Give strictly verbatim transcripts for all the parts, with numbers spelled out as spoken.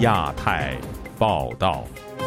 亚太报道。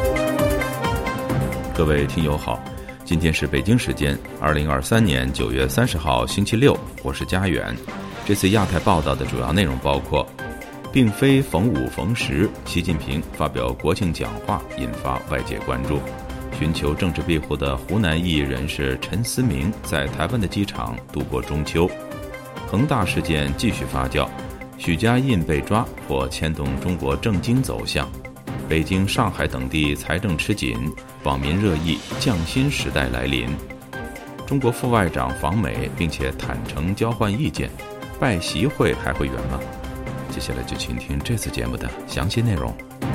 各位听友好，今天是北京时间二零二三年九月三十号星期六，我是家园。这次亚太报道的主要内容包括：并非逢五逢十，习近平发表国庆讲话引发外界关注；寻求政治庇护的湖南裔人士陈思明在台湾的机场度过中秋；恒大事件继续发酵，许家印被抓或牵动中国政经走向；北京、上海等地财政吃紧，网民热议降薪时代来临；中国副外长访美并且坦诚交换意见，拜习会还会圆吗？接下来就请听这次节目的详细内容。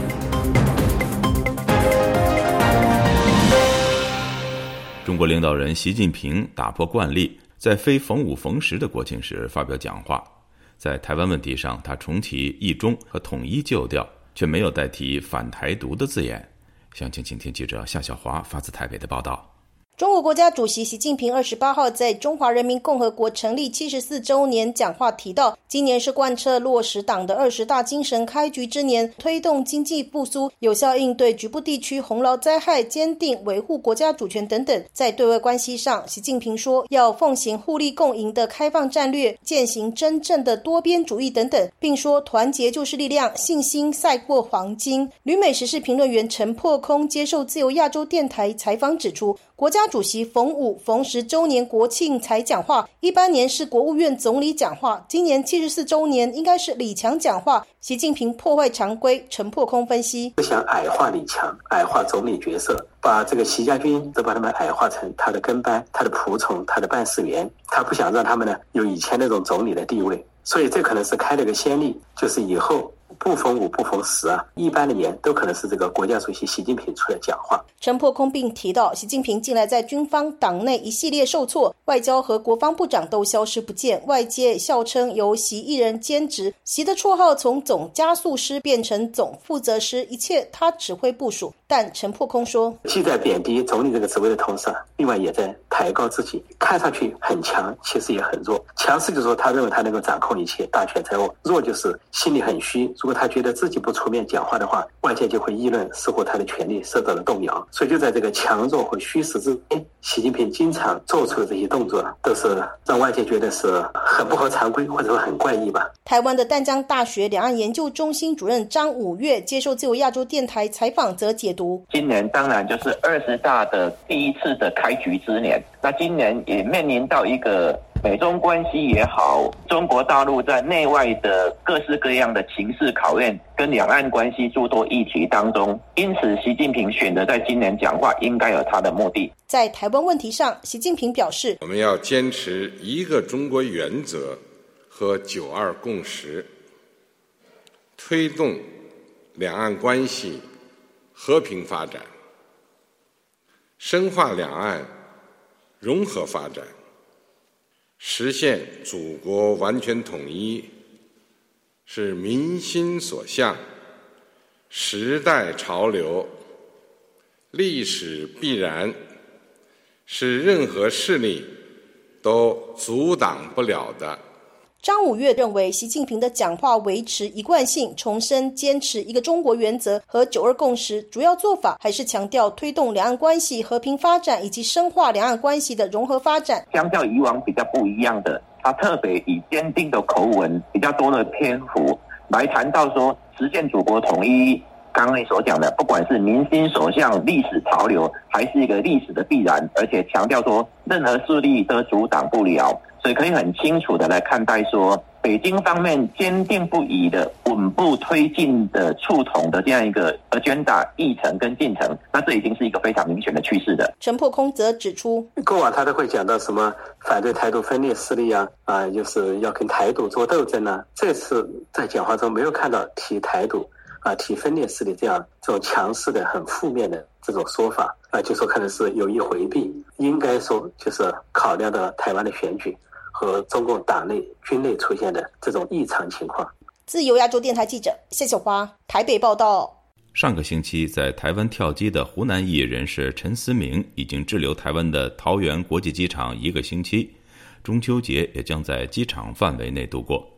中国领导人习近平打破惯例，在非逢五逢十的国庆时发表讲话。在台湾问题上，他重提一中和统一旧调，却没有代替反台独的字眼。详情请听记者夏小华发自台北的报道。 中国国家主席习近平二十八号在中华人民共和国成立七十四周年讲话提到，今年是贯彻落实党的二十大精神开局之年，推动经济复苏，有效应对局部地区洪涝灾害，坚定维护国家主权等等。在对外关系上，习近平说要奉行互利共赢的开放战略，践行真正的多边主义等等，并说团结就是力量，信心赛过黄金。旅美时事评论员陈破空接受自由亚洲电台采访指出，国家主席逢五逢十周年国庆才讲话，一般年是国务院总理讲话，今年七十四周年应该是李强讲话。习近平破坏常规，陈破空分析， 不想矮化李强，矮化总理角色，把这个习家军都把他们矮化成他的跟班、他的仆从、他的办事员，他不想让他们呢有以前那种总理的地位，所以这可能是开了个先例，就是以后不逢五不逢十啊，一般的年都可能是这个国家主席习近平出来讲话。 陈破空并提到，习近平近来在军方党内一系列受挫，外交和国防部长都消失不见，外界笑称由习一人兼职，习的绰号从总加速师变成总负责师，一切他指挥部署。但陈破空说， 既在贬低总理这个职位的同时，另外也在抬高自己，看上去很强，其实也很弱。强势就是说他认为他能够掌控一切，大权在握；弱就是心里很虚，如果他觉得自己不出面讲话的话，外界就会议论，似乎他的权力受到了动摇。所以就在这个强弱和虚实之间，习近平经常做出的这些动作都是让外界觉得是很不合常规，或者说很怪异吧。 台湾的淡江大学两岸研究中心主任张五岳接受自由亚洲电台采访则解读， 今年当然就是二十大的第一次的开局之年，那今年也面临到一个美中关系也好，中国大陆在内外的各式各样的情势考验跟两岸关系诸多议题当中，因此习近平选择在今年讲话应该有他的目的。 在台湾问题上，习近平表示， 我们要坚持一个中国原则和九二共识，推动两岸关系和平发展，深化两岸融合发展，实现祖国完全统一，是民心所向，时代潮流，历史必然，是任何势力都阻挡不了的。 张五岳认为，习近平的讲话维持一贯性，重申坚持一个中国原则和九二共识，主要做法还是强调推动两岸关系和平发展以及深化两岸关系的融合发展。 相较以往比较不一样的，他特别以坚定的口吻，比较多的篇幅来谈到说实现祖国统一。刚刚你所讲的，不管是民心所向、历史潮流，还是一个历史的必然，而且强调说任何势力都阻挡不了，所以可以很清楚的来看待说，北京方面坚定不移的稳步推进的促统的这样一个 agenda 议程跟进程，那这已经是一个非常明显的趋势的。 陈破空则指出， 过往他都会讲到什么反对台独分裂势力啊，啊，就是要跟台独做斗争啊。这次在讲话中没有看到提台独啊，提分裂势力这样这种强势的、很负面的这种说法啊，就说可能是有意回避，应该说就是考量到台湾的选举和中共党内、军内出现的这种异常情况。 自由亚洲电台记者谢小华台北报道。 上个星期在台湾跳机的湖南裔人士陈思明已经滞留台湾的桃园国际机场一个星期，中秋节也将在机场范围内度过。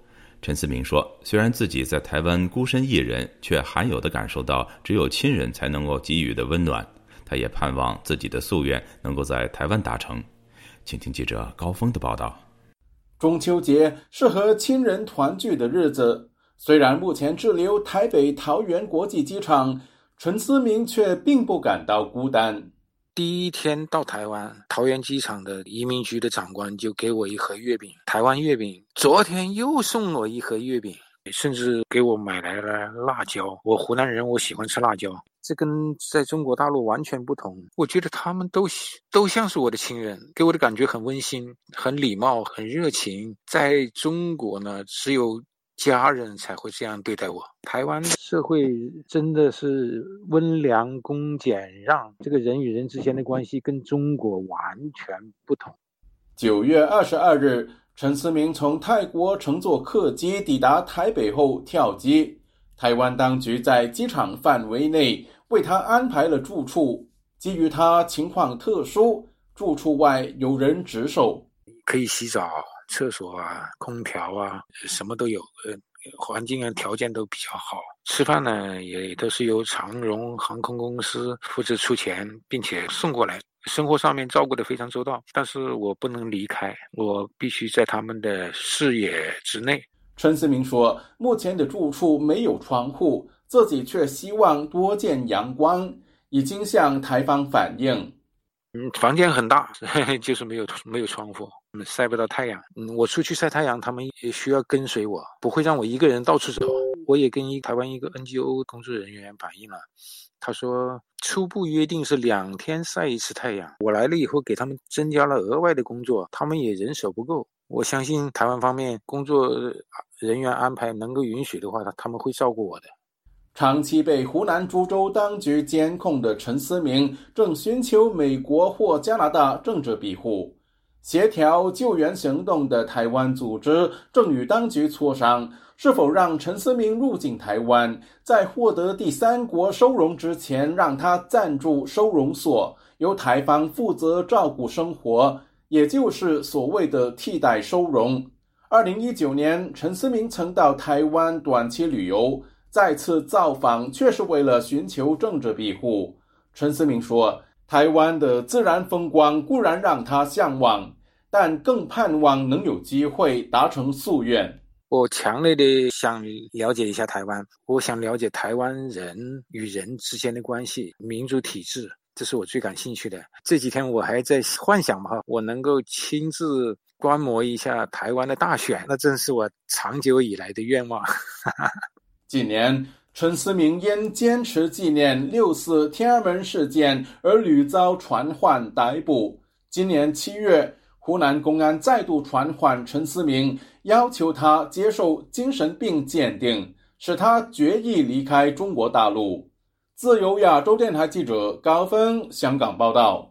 陈思明说，虽然自己在台湾孤身一人，却罕有地感受到只有亲人才能够给予的温暖。他也盼望自己的夙愿能够在台湾达成。请听记者高峰的报道。 中秋节是和亲人团聚的日子，虽然目前滞留台北桃园国际机场，陈思明却并不感到孤单。 第一天到台湾，桃园机场的移民局的长官就给我一盒月饼，台湾月饼。昨天又送我一盒月饼，甚至给我买来了辣椒。我湖南人，我喜欢吃辣椒，这跟在中国大陆完全不同。我觉得他们都都像是我的亲人，给我的感觉很温馨，很礼貌，很热情。在中国呢，只有家人才会这样对待我。台湾社会真的是温良恭俭让，这个人与人之间的关系跟中国完全不同。 九月二十二日，陈思明从泰国乘坐客机抵达台北后跳机，台湾当局在机场范围内为他安排了住处，基于他情况特殊，住处外有人值守， 可以洗澡、厕所啊、空调啊，什么都有，呃，环境啊条件都比较好。吃饭呢也都是由长荣航空公司负责出钱，并且送过来。生活上面照顾得非常周到，但是我不能离开，我必须在他们的视野之内。 陈思明说，目前的住处没有窗户，自己却希望多见阳光，已经向台方反映。 嗯，房间很大，就是没有没有窗户，晒不到太阳。嗯，我出去晒太阳，他们也需要跟随我，不会让我一个人到处走。我也跟一台湾一个 N G O 工作人员反映了，他说初步约定是两天晒一次太阳。我来了以后给他们增加了额外的工作，他们也人手不够。我相信台湾方面工作人员安排能够允许的话，他们会照顾我的。 长期被湖南株洲当局监控的陈思明正寻求美国或加拿大政治庇护。协调救援行动的台湾组织正与当局磋商，是否让陈思明入境台湾，在获得第三国收容之前，让他暂住收容所，由台方负责照顾生活，也就是所谓的替代收容。二零一九年，陈思明曾到台湾短期旅游，再次造访却是为了寻求政治庇护。陈思明说，台湾的自然风光固然让他向往，但更盼望能有机会达成夙愿。 我强烈的想了解一下台湾，我想了解台湾人与人之间的关系，民主体制，这是我最感兴趣的。这几天我还在幻想嘛，我能够亲自观摩一下台湾的大选，那真是我长久以来的愿望。 近年，陈思明因坚持纪念六四天安门事件而屡遭传唤逮捕。今年七月，湖南公安再度传唤陈思明，要求他接受精神病鉴定，使他决意离开中国大陆。自由亚洲电台记者高峰香港报道。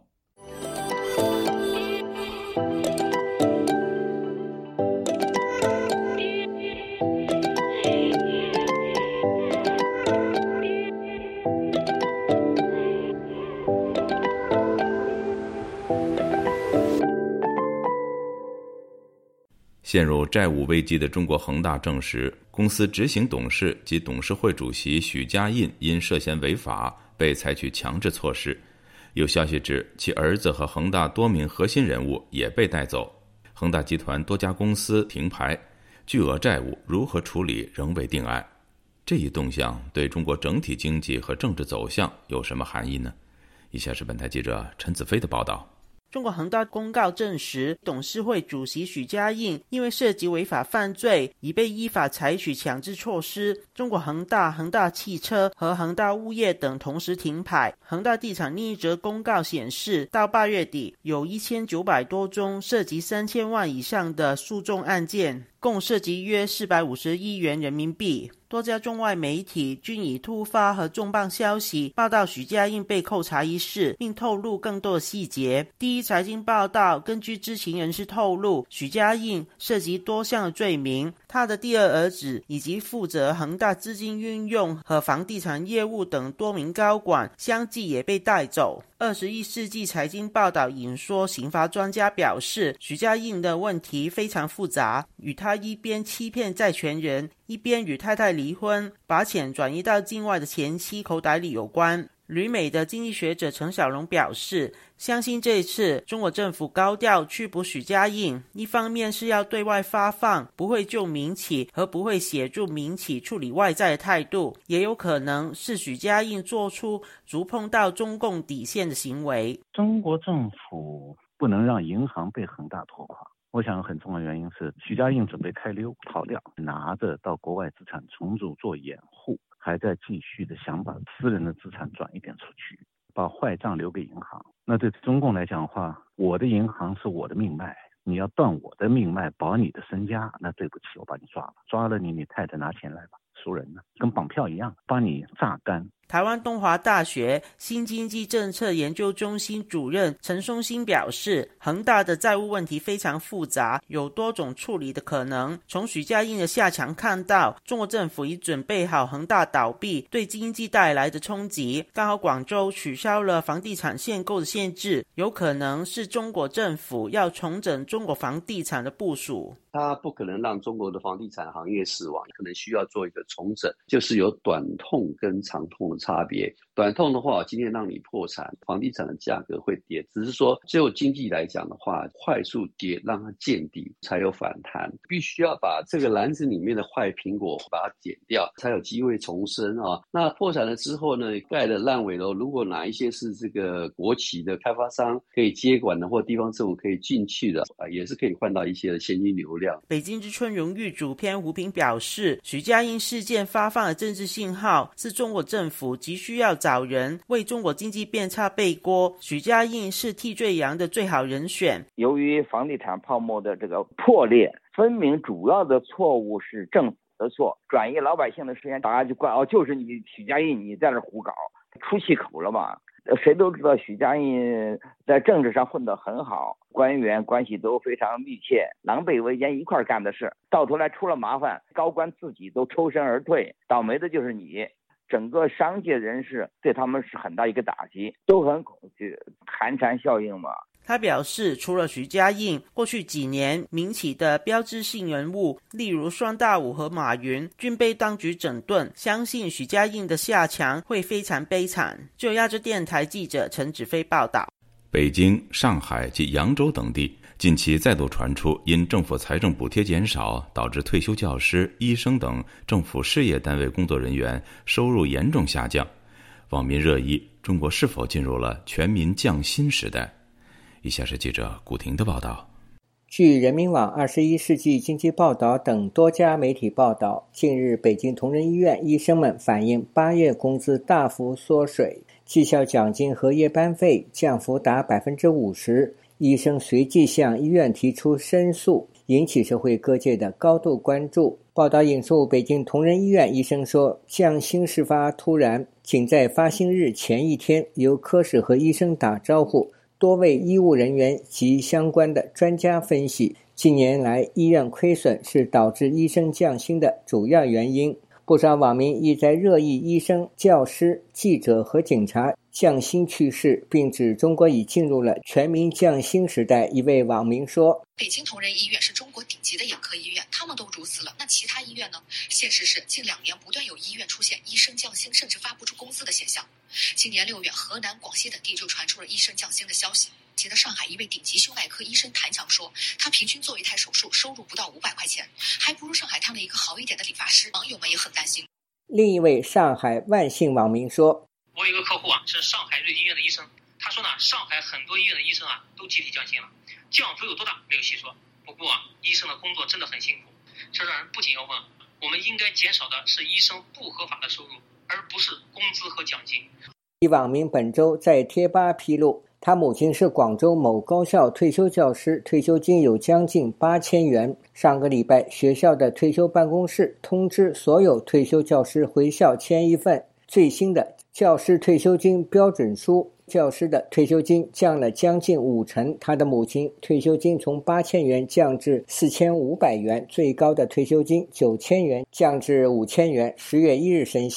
陷入债务危机的中国恒大证实，公司执行董事及董事会主席许家印因涉嫌违法被采取强制措施。有消息指，其儿子和恒大多名核心人物也被带走。恒大集团多家公司停牌，巨额债务如何处理仍未定案。这一动向对中国整体经济和政治走向有什么含义呢？以下是本台记者陈子飞的报道。 中国恒大公告证实，董事会主席许家印因为涉及违法犯罪，已被依法采取强制措施。中国恒大、恒大汽车和恒大物业等同时停牌。恒大地产另一则公告显示，到八月底，有一千九百多宗涉及三千万以上的诉讼案件，共涉及约四百五十亿元人民币。多家中外媒体均以突发和重磅消息报道许家印被扣查一事，并透露更多细节。第一财经报道，根据知情人士透露，许家印涉及多项罪名，他的第二儿子以及负责恒大资金运用和房地产业务等多名高管相继也被带走。 二十一世纪财经报道引说刑罚专家表示，许家印的问题非常复杂，与他一边欺骗债权人，一边与太太离婚，把钱转移到境外的前妻口袋里有关。旅美的经济学者陈小龙表示，相信这一次中国政府高调拘捕许家印，一方面是要对外发放不会救民企和不会协助民企处理外债的态度，也有可能是许家印做出触碰到中共底线的行为。 中国政府不能让银行被恒大拖垮，我想很重要的原因是许家印准备开溜逃掉，拿着到国外资产重组做掩护，还在继续的想把私人的资产转一点出去，把坏账留给银行。那对中共来讲的话，我的银行是我的命脉，你要断我的命脉保你的身家，那对不起，我把你抓了，抓了你，你太太拿钱来吧，赎人呢，跟绑票一样，把你榨干。 台湾东华大学新经济政策研究中心主任陈松兴表示，恒大的债务问题非常复杂，有多种处理的可能。从许家印的下场看到，中国政府已准备好恒大倒闭对经济带来的冲击。刚好广州取消了房地产限购的限制，有可能是中国政府要重整中国房地产的部署。 它不可能让中国的房地产行业死亡，可能需要做一个重整，就是有短痛跟长痛的差别。短痛的话，今天让你破产，房地产的价格会跌，只是说就经济来讲的话，快速跌让它见底才有反弹，必须要把这个篮子里面的坏苹果把它剪掉，才有机会重生啊。那破产了之后呢，盖的烂尾楼，如果哪一些是这个国企的开发商可以接管的，或地方政府可以进去的，啊，也是可以换到一些的现金流量。 北京之春荣誉主编胡平表示，许家印事件发放的政治信号是中国政府急需要找人为中国经济变差背锅，许家印是替罪羊的最好人选。 由于房地产泡沫的这个破裂，分明主要的错误是政府的错，转移老百姓的视线，大家就怪哦，就是你许家印你在这胡搞，出气口了嘛。谁都知道许家印在政治上混得很好，官员关系都非常密切，狼狈为奸一块干的事，到头来出了麻烦，高官自己都抽身而退，倒霉的就是你。整个商界人士对他们是很大一个打击，都很恐惧，寒蝉效应嘛。 他表示，除了许家印，过去几年民企的标志性人物，例如双大武和马云，均被当局整顿，相信许家印的下场会非常悲惨。就亚洲电台记者陈子飞报道。 北京、上海及扬州等地近期再度传出因政府财政补贴减少，导致退休教师、医生等政府事业单位工作人员收入严重下降。网民热议：中国是否进入了全民降薪时代？以下是记者古婷的报道。 据人民网、二十一世纪经济报道等多家媒体报道，近日北京同仁医院医生们反映八月工资大幅缩水，绩效奖金和夜班费降幅达 百分之五十， 医生随即向医院提出申诉，引起社会各界的高度关注。报道引述北京同仁医院医生说，降薪事发突然，仅在发薪日前一天，由科室和医生打招呼，多位医务人员及相关的专家分析，近年来医院亏损是导致医生降薪的主要原因。不少网民亦在热议医生、教师、记者和警察降薪趋势，并指中国已进入了全民降薪时代。一位网民说， 北京同仁医院是中国顶级的眼科医院，他们都如此了，那其他医院呢？现实是近两年不断有医院出现医生降薪甚至发不出工资的现象。今年六月，河南、广西等地就传出了医生降薪的消息。记得上海一位顶级胸外科医生谭强说，他平均做一台手术收入不到五百块钱，还不如上海烫了一个好一点的理发师。网友们也很担心。 另一位上海万姓网民说， 我有一个客户啊，是上海瑞医院的医生，他说呢，上海很多医院的医生啊都集体降薪了，降幅有多大没有细说。不过啊，医生的工作真的很辛苦，这让人不禁要问，我们应该减少的是医生不合法的收入，而不是工资和奖金。 一网民本周在贴吧披露，他母亲是广州某高校退休教师，退休金有将近八千元。上个礼拜，学校的退休办公室通知所有退休教师回校签一份最新的教师退休金标准书，教师的退休金降了将近五成。他的母亲退休金从八千元降至四千五百元，最高的退休金九千元降至五千元，十月一日生效。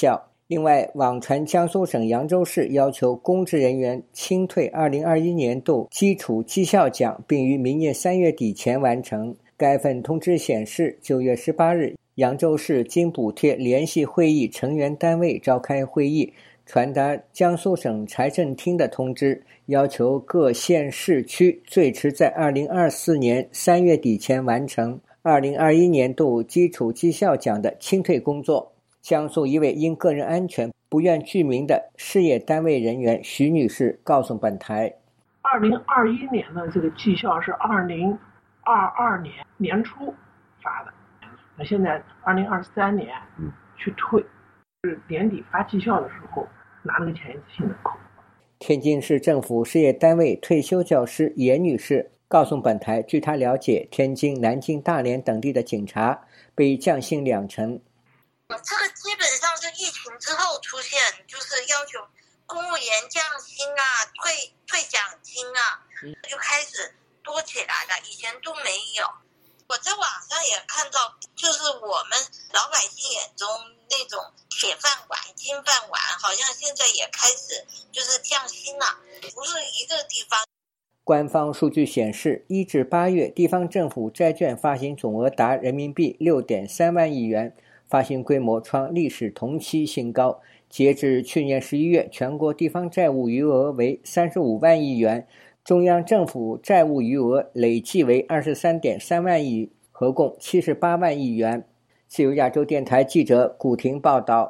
另外，网传江苏省扬州市要求公职人员清退二零二一年度基础绩效奖，并于明年三月底前完成。该份通知显示，九月十八日，扬州市经补贴联席会议成员单位召开会议，传达江苏省财政厅的通知，要求各县市区最迟在二零二四年三月底前完成二零二一年度基础绩效奖的清退工作。江苏一位因个人安全不愿具名的事业单位人员徐女士告诉本台， 二零二一年的这个绩效是二零二二年年初发的，那现在二零二三年去退，是年底发绩效的时候拿了个钱一次性的扣。 天津市政府事业单位退休教师严女士告诉本台，据她了解，天津、南京、大连等地的警察被降薪两成。 这个基本上是疫情之后出现，就是要求公务员降薪啊，退退奖金啊，就开始多起来了，以前都没有。我在网上也看到，就是我们老百姓眼中那种铁饭碗、金饭碗，好像现在也开始就是降薪了，不是一个地方。 官方数据显示，一至八月，地方政府债券发行总额达人民币 六点三万亿元，发行规模创历史同期新高。截至去年十一月，全国地方债务余额为三十五万亿元，中央政府债务余额累计为 二十三点三万亿，合共七十八万亿元。自由亚洲电台记者古婷报道。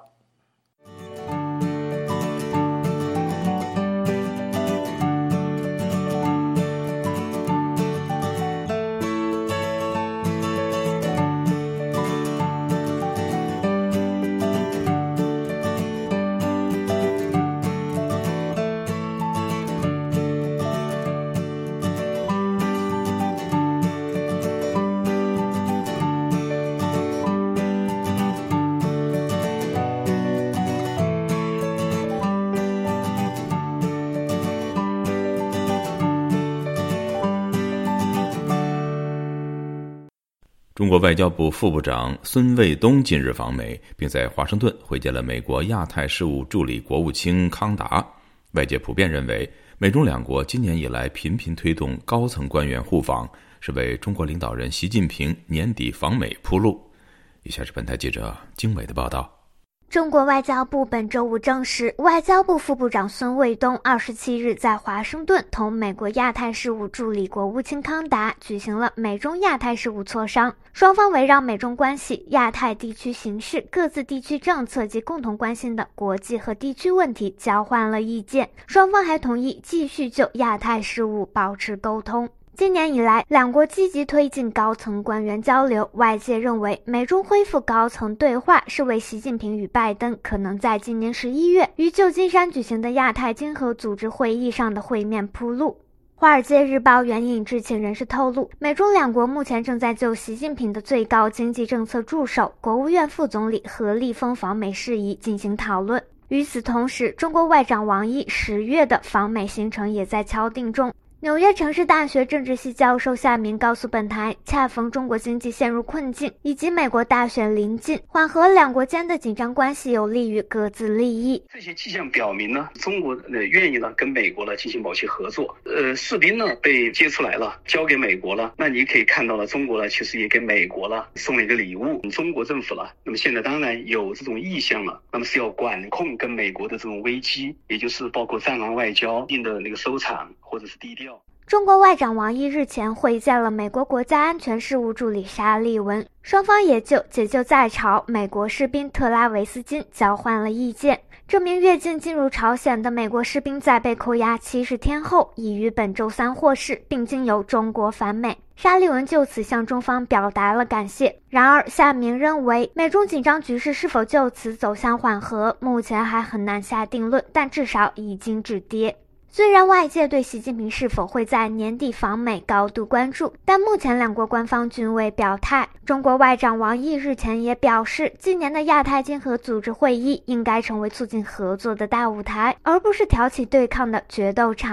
中国外交部副部长孙卫东近日访美，并在华盛顿会见了美国亚太事务助理国务卿康达。外界普遍认为，美中两国今年以来频频推动高层官员互访，是为中国领导人习近平年底访美铺路。以下是本台记者经纬的报道。 中国外交部本周五证实，外交部副部长孙卫东二十七日在华盛顿同美国亚太事务助理国务卿康达举行了美中亚太事务磋商，双方围绕美中关系、亚太地区形势、各自地区政策及共同关心的国际和地区问题交换了意见，双方还同意继续就亚太事务保持沟通。今年以来，两国积极推进高层官员交流，外界认为美中恢复高层对话是为习近平与拜登可能在今年十一月于旧金山举行的亚太经合组织会议上的会面铺路。华尔街日报援引知情人士透露，美中两国目前正在就习近平的最高经济政策助手、国务院副总理何立峰访美事宜进行讨论。与此同时，中国外长王毅十月的访美行程也在敲定中。纽约城市大学政治系教授夏明告诉本台，恰逢中国经济陷入困境，以及美国大选临近，缓和两国间的紧张关系有利于各自利益。 这些迹象表明呢，中国呢愿意呢跟美国呢进行某些合作。呃，士兵呢被接出来了，交给美国了。那你可以看到了，中国呢其实也给美国了送了一个礼物。中国政府了，那么现在当然有这种意向了，那么是要管控跟美国的这种危机，也就是包括战狼外交、定的那个收场或者是低调。 中国外长王毅日前会见了美国国家安全事务助理沙利文，双方也就解救在朝美国士兵特拉维斯金交换了意见。这名越境进入朝鲜的美国士兵在被扣押七十天后，已于本周三获释，并经由中国返美。沙利文就此向中方表达了感谢。然而，夏明认为，美中紧张局势是否就此走向缓和，目前还很难下定论，但至少已经止跌。虽然外界对习近平是否会在年底访美高度关注，但目前两国官方均未表态。中国外长王毅日前也表示，今年的亚太经合组织会议应该成为促进合作的大舞台，而不是挑起对抗的决斗场。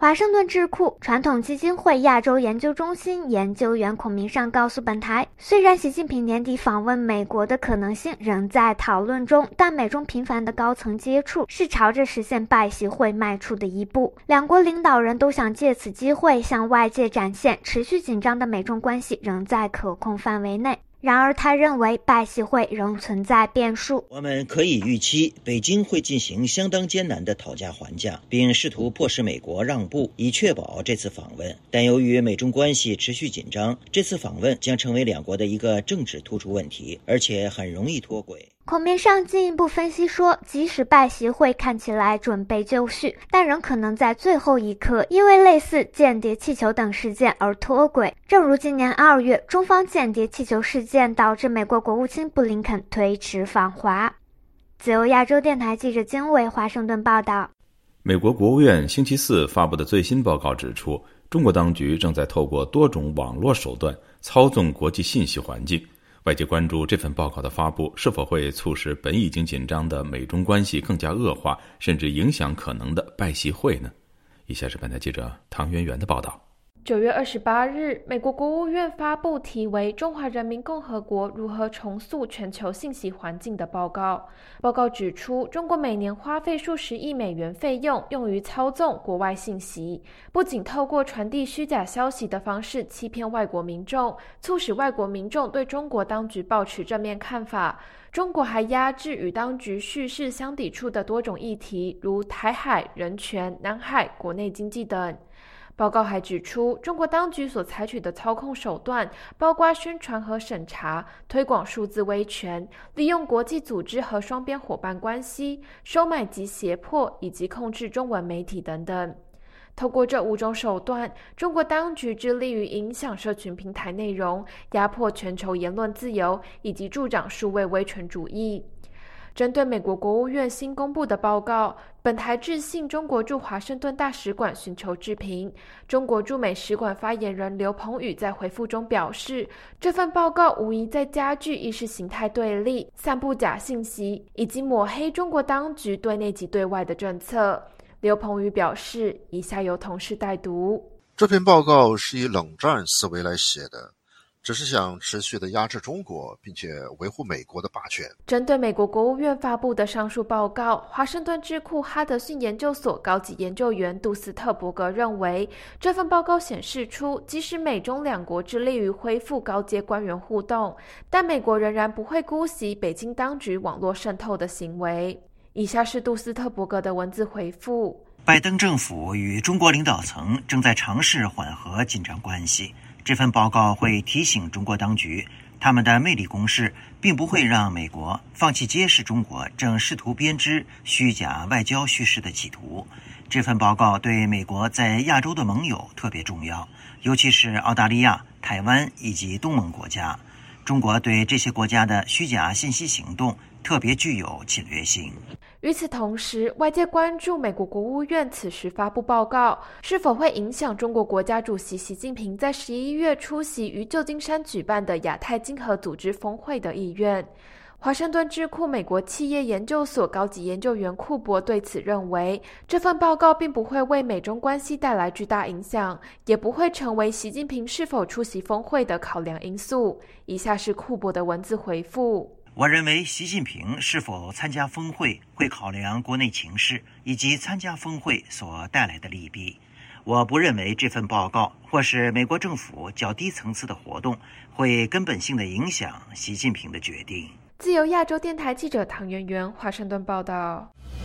华盛顿智库传统基金会亚洲研究中心研究员孔明尚告诉本台，虽然习近平年底访问美国的可能性仍在讨论中，但美中频繁的高层接触是朝着实现拜习会迈出的一步。两国领导人都想借此机会向外界展现持续紧张的美中关系仍在可控范围内。然而他认为拜习会仍存在变数， 我们可以预期北京会进行相当艰难的讨价还价，并试图迫使美国让步，以确保这次访问。但由于美中关系持续紧张，这次访问将成为两国的一个政治突出问题，而且很容易脱轨。 孔明尚进一步分析说，即使拜习会看起来准备就绪，但仍可能在最后一刻因为类似间谍气球等事件而脱轨，正如今年二月中方间谍气球事件导致美国国务卿布林肯推迟访华。自由亚洲电台记者经纬华盛顿报道。 美国国务院星期四发布的最新报告指出，中国当局正在透过多种网络手段操纵国际信息环境。外界关注这份报告的发布是否会促使本已经紧张的美中关系更加恶化，甚至影响可能的拜习会呢？以下是本台记者唐媛媛的报道。 九月二十八日，美国国务院发布题为《中华人民共和国如何重塑全球信息环境》的报告。报告指出，中国每年花费数十亿美元费用用于操纵国外信息，不仅透过传递虚假消息的方式欺骗外国民众，促使外国民众对中国当局抱持正面看法，中国还压制与当局叙事相抵触的多种议题，如台海、人权、南海、国内经济等。报告还指出，中国当局所采取的操控手段包括宣传和审查、推广数字威权、利用国际组织和双边伙伴关系、收买及胁迫以及控制中文媒体等等。透过这五种手段，中国当局致力于影响社群平台内容，压迫全球言论自由，以及助长数位威权主义。针对美国国务院新公布的报告，本台致信中国驻华盛顿大使馆寻求置评。中国驻美使馆发言人刘鹏宇在回复中表示，这份报告无疑在加剧意识形态对立、散布假信息以及抹黑中国当局对内及对外的政策。刘鹏宇表示，以下由同事代读。 这篇报告是以冷战思维来写的，只是想持续地压制中国，并且维护美国的霸权。 针对美国国务院发布的上述报告，华盛顿智库哈德逊研究所高级研究员杜斯特伯格认为，这份报告显示出，即使美中两国致力于恢复高阶官员互动，但美国仍然不会姑息北京当局网络渗透的行为。以下是杜斯特伯格的文字回复。 拜登政府与中国领导层正在尝试缓和紧张关系。这份报告会提醒中国当局，他们的魅力攻势并不会让美国放弃揭示中国正试图编织虚假外交叙事的企图。这份报告对美国在亚洲的盟友特别重要，尤其是澳大利亚、台湾以及东盟国家。中国对这些国家的虚假信息行动特别具有侵略性。 与此同时，外界关注美国国务院此时发布报告是否会影响中国国家主席习近平在十一月出席于旧金山举办的亚太经合组织峰会的意愿。华盛顿智库美国企业研究所高级研究员库珀对此认为，这份报告并不会为美中关系带来巨大影响，也不会成为习近平是否出席峰会的考量因素。以下是库珀的文字回复。 我认为习近平是否参加峰会会考量国内情势以及参加峰会所带来的利弊。我不认为这份报告或是美国政府较低层次的活动会根本性地影响习近平的决定。 自由亚洲电台记者唐媛媛，华盛顿报道。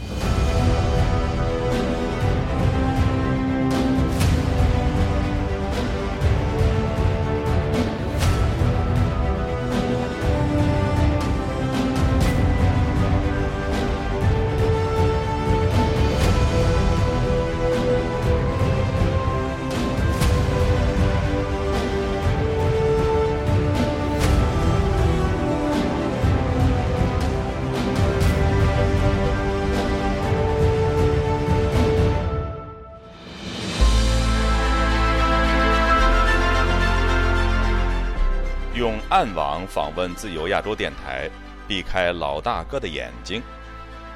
用暗网访问自由亚洲电台，避开老大哥的眼睛。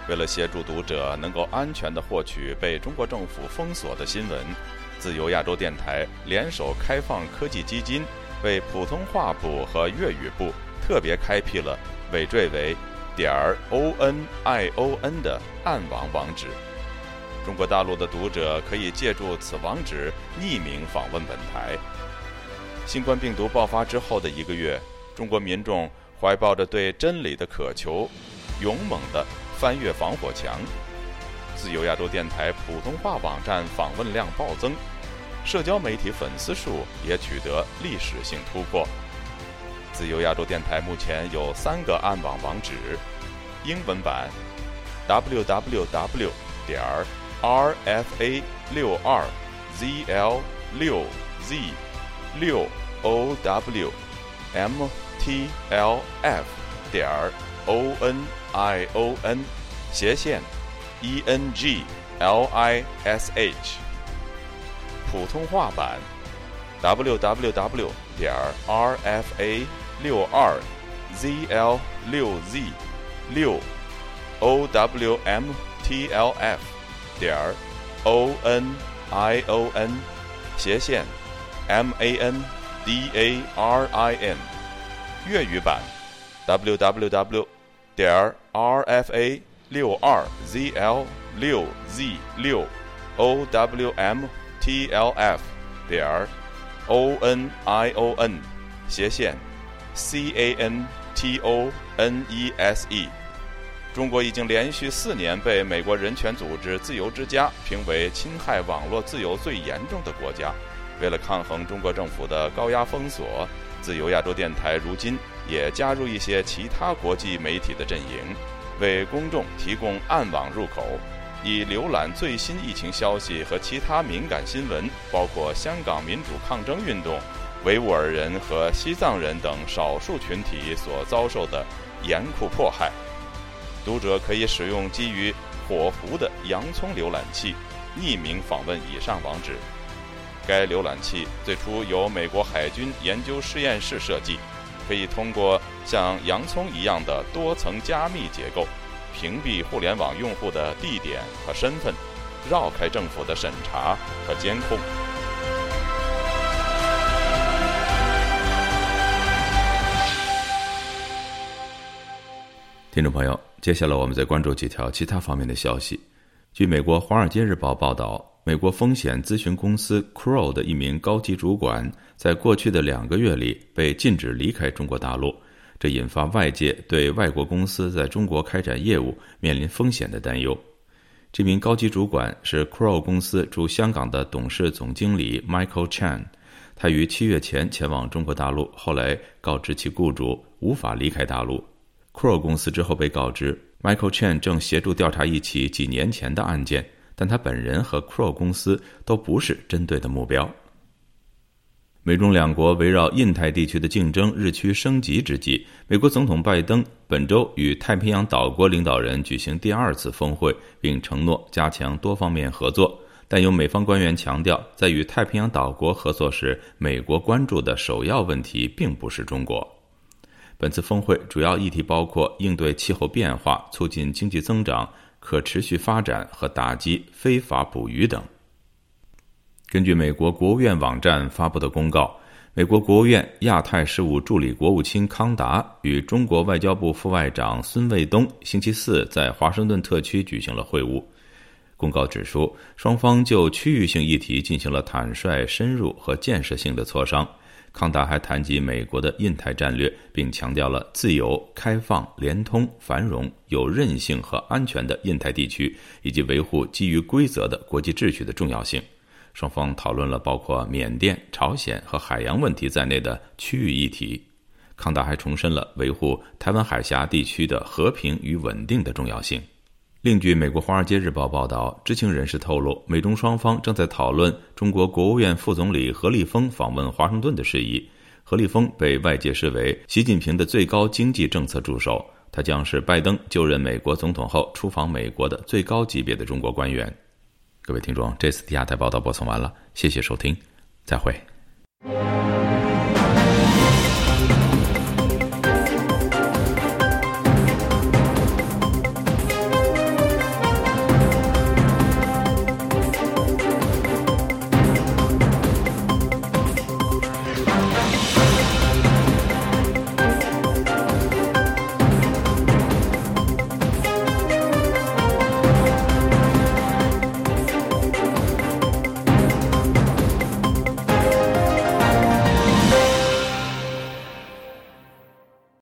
为了协助读者能够安全地获取被中国政府封锁的新闻，自由亚洲电台联手开放科技基金，为普通话部和粤语部特别开辟了尾缀为点 O N I O N 的暗网网址。中国大陆的读者可以借助此网址匿名访问本台。新冠病毒爆发之后的一个月，中国民众怀抱着对真理的渴求，勇猛地翻越防火墙。自由亚洲电台普通话网站访问量暴增，社交媒体粉丝数也取得历史性突破。自由亚洲电台目前有三个暗网网址：英文版 double-u double-u double-u 点 R F A 六二 Z L 六 Z 六 O W M T L F 点 O N I O N 斜线 E N G L I S H。 普通话版 double-u double-u double-u 点 R F A 六二 Z L 六 Z 六 O W M T L F 点 O N I O N 斜线 M A N D A R I N。 粤语版 double-u double-u double-u 点 R F A 六二 Z L 六 Z 六 O W M T L F 点 O N I O N 斜线 C A N T O N E S E。 中国已经连续四年被美国人权组织自由之家评为侵害网络自由最严重的国家。为了抗衡中国政府的高压封锁，自由亚洲电台如今也加入一些其他国际媒体的阵营，为公众提供暗网入口，以浏览最新疫情消息和其他敏感新闻，包括香港民主抗争运动、维吾尔人和西藏人等少数群体所遭受的严酷迫害。读者可以使用基于火狐的洋葱浏览器匿名访问以上网址。该浏览器最初由美国海军研究实验室设计，可以通过像洋葱一样的多层加密结构，屏蔽互联网用户的地点和身份，绕开政府的审查和监控。听众朋友，接下来我们再关注几条其他方面的消息。据美国《华尔街日报》报道，美国风险咨询公司 Crow 的一名高级主管在过去的两个月里被禁止离开中国大陆，这引发外界对外国公司在中国开展业务面临风险的担忧。这名高级主管是 Crow 公司驻香港的董事总经理 Michael Chan， 他于七月前前往中国大陆，后来告知其雇主无法离开大陆。Crow 公司之后被告知 Michael Chan 正协助调查一起几年前的案件，但他本人和 Crow 公司都不是针对的目标。美中两国围绕印太地区的竞争日趋升级之际，美国总统拜登本周与太平洋岛国领导人举行第二次峰会，并承诺加强多方面合作，但有美方官员强调，在与太平洋岛国合作时，美国关注的首要问题并不是中国。本次峰会主要议题包括应对气候变化、促进经济增长、可持续发展和打击非法捕鱼等。根据美国国务院网站发布的公告，美国国务院亚太事务助理国务卿康达与中国外交部副外长孙卫东星期四在华盛顿特区举行了会晤。公告指出，双方就区域性议题进行了坦率、深入和建设性的磋商。康达还谈及美国的印太战略，并强调了自由、开放、联通、繁荣、有韧性和安全的印太地区，以及维护基于规则的国际秩序的重要性。双方讨论了包括缅甸、朝鲜和海洋问题在内的区域议题。康达还重申了维护台湾海峡地区的和平与稳定的重要性。另据美国《华尔街日报》报道，知情人士透露，美中双方正在讨论中国国务院副总理何立峰访问华盛顿的事宜。何立峰被外界视为习近平的最高经济政策助手，他将是拜登就任美国总统后出访美国的最高级别的中国官员。各位听众，这次亚太报道播送完了，谢谢收听，再会。